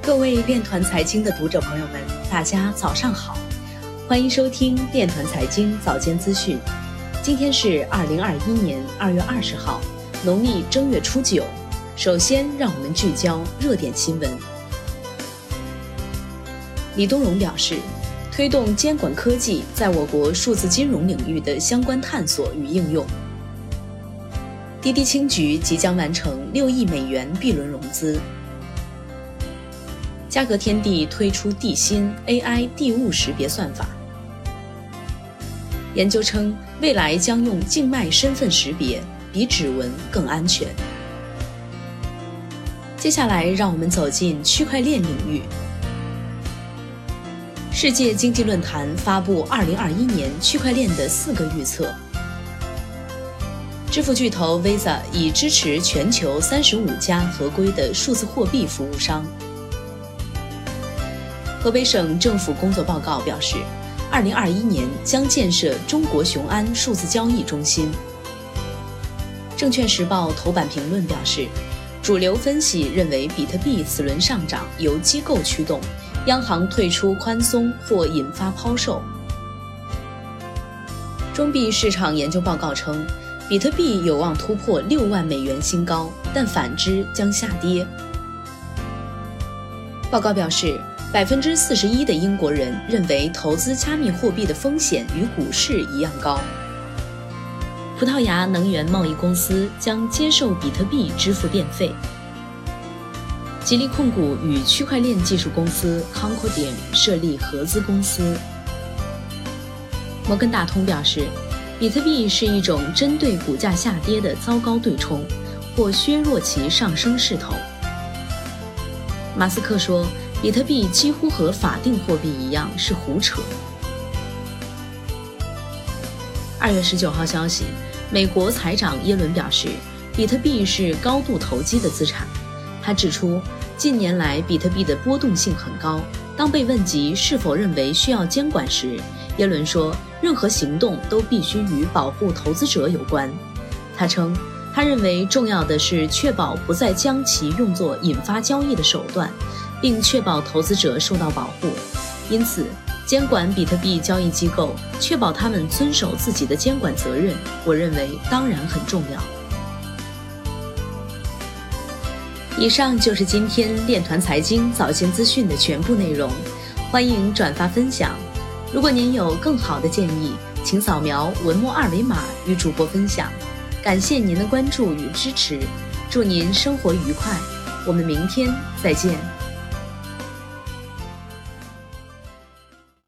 各位链团财经的读者朋友们，大家早上好，欢迎收听链团财经早间资讯。今天是2021年2月20号，农历正月初9。首先，让我们聚焦热点新闻。李东荣表示，推动监管科技在我国数字金融领域的相关探索与应用。滴滴青桔即将完成6亿美元 B 轮融资。嘉格天地推出地心 AI 地物识别算法。研究称，未来将用静脉身份识别，比指纹更安全。接下来，让我们走进区块链领域。世界经济论坛发布2021年区块链的4个预测。支付巨头 Visa 已支持全球35家合规的数字货币服务商。河北省政府工作报告表示，2021年将建设中国雄安数字交易中心。证券时报头版评论表示，主流分析认为比特币此轮上涨由机构驱动，央行退出宽松或引发抛售。中币市场研究报告称，比特币有望突破6万美元新高，但反之将下跌。报告表示，41%的英国人认为投资加密货币的风险与股市一样高。葡萄牙能源贸易公司将接受比特币支付电费。吉利控股与区块链技术公司 Concordium 设立合资公司。摩根大通表示，比特币是一种针对股价下跌的糟糕对冲，或削弱其上升势头。马斯克说，比特币几乎和法定货币一样是胡扯。2月19号消息，美国财长耶伦表示，比特币是高度投机的资产。他指出，近年来比特币的波动性很高。当被问及是否认为需要监管时，耶伦说，任何行动都必须与保护投资者有关。他称，他认为重要的是确保不再将其用作引发交易的手段，并确保投资者受到保护。因此，监管比特币交易机构，确保他们遵守自己的监管责任，我认为当然很重要。以上就是今天链团财经早间资讯的全部内容，欢迎转发分享。如果您有更好的建议，请扫描文末2维码与主播分享。感谢您的关注与支持，祝您生活愉快，我们明天再见。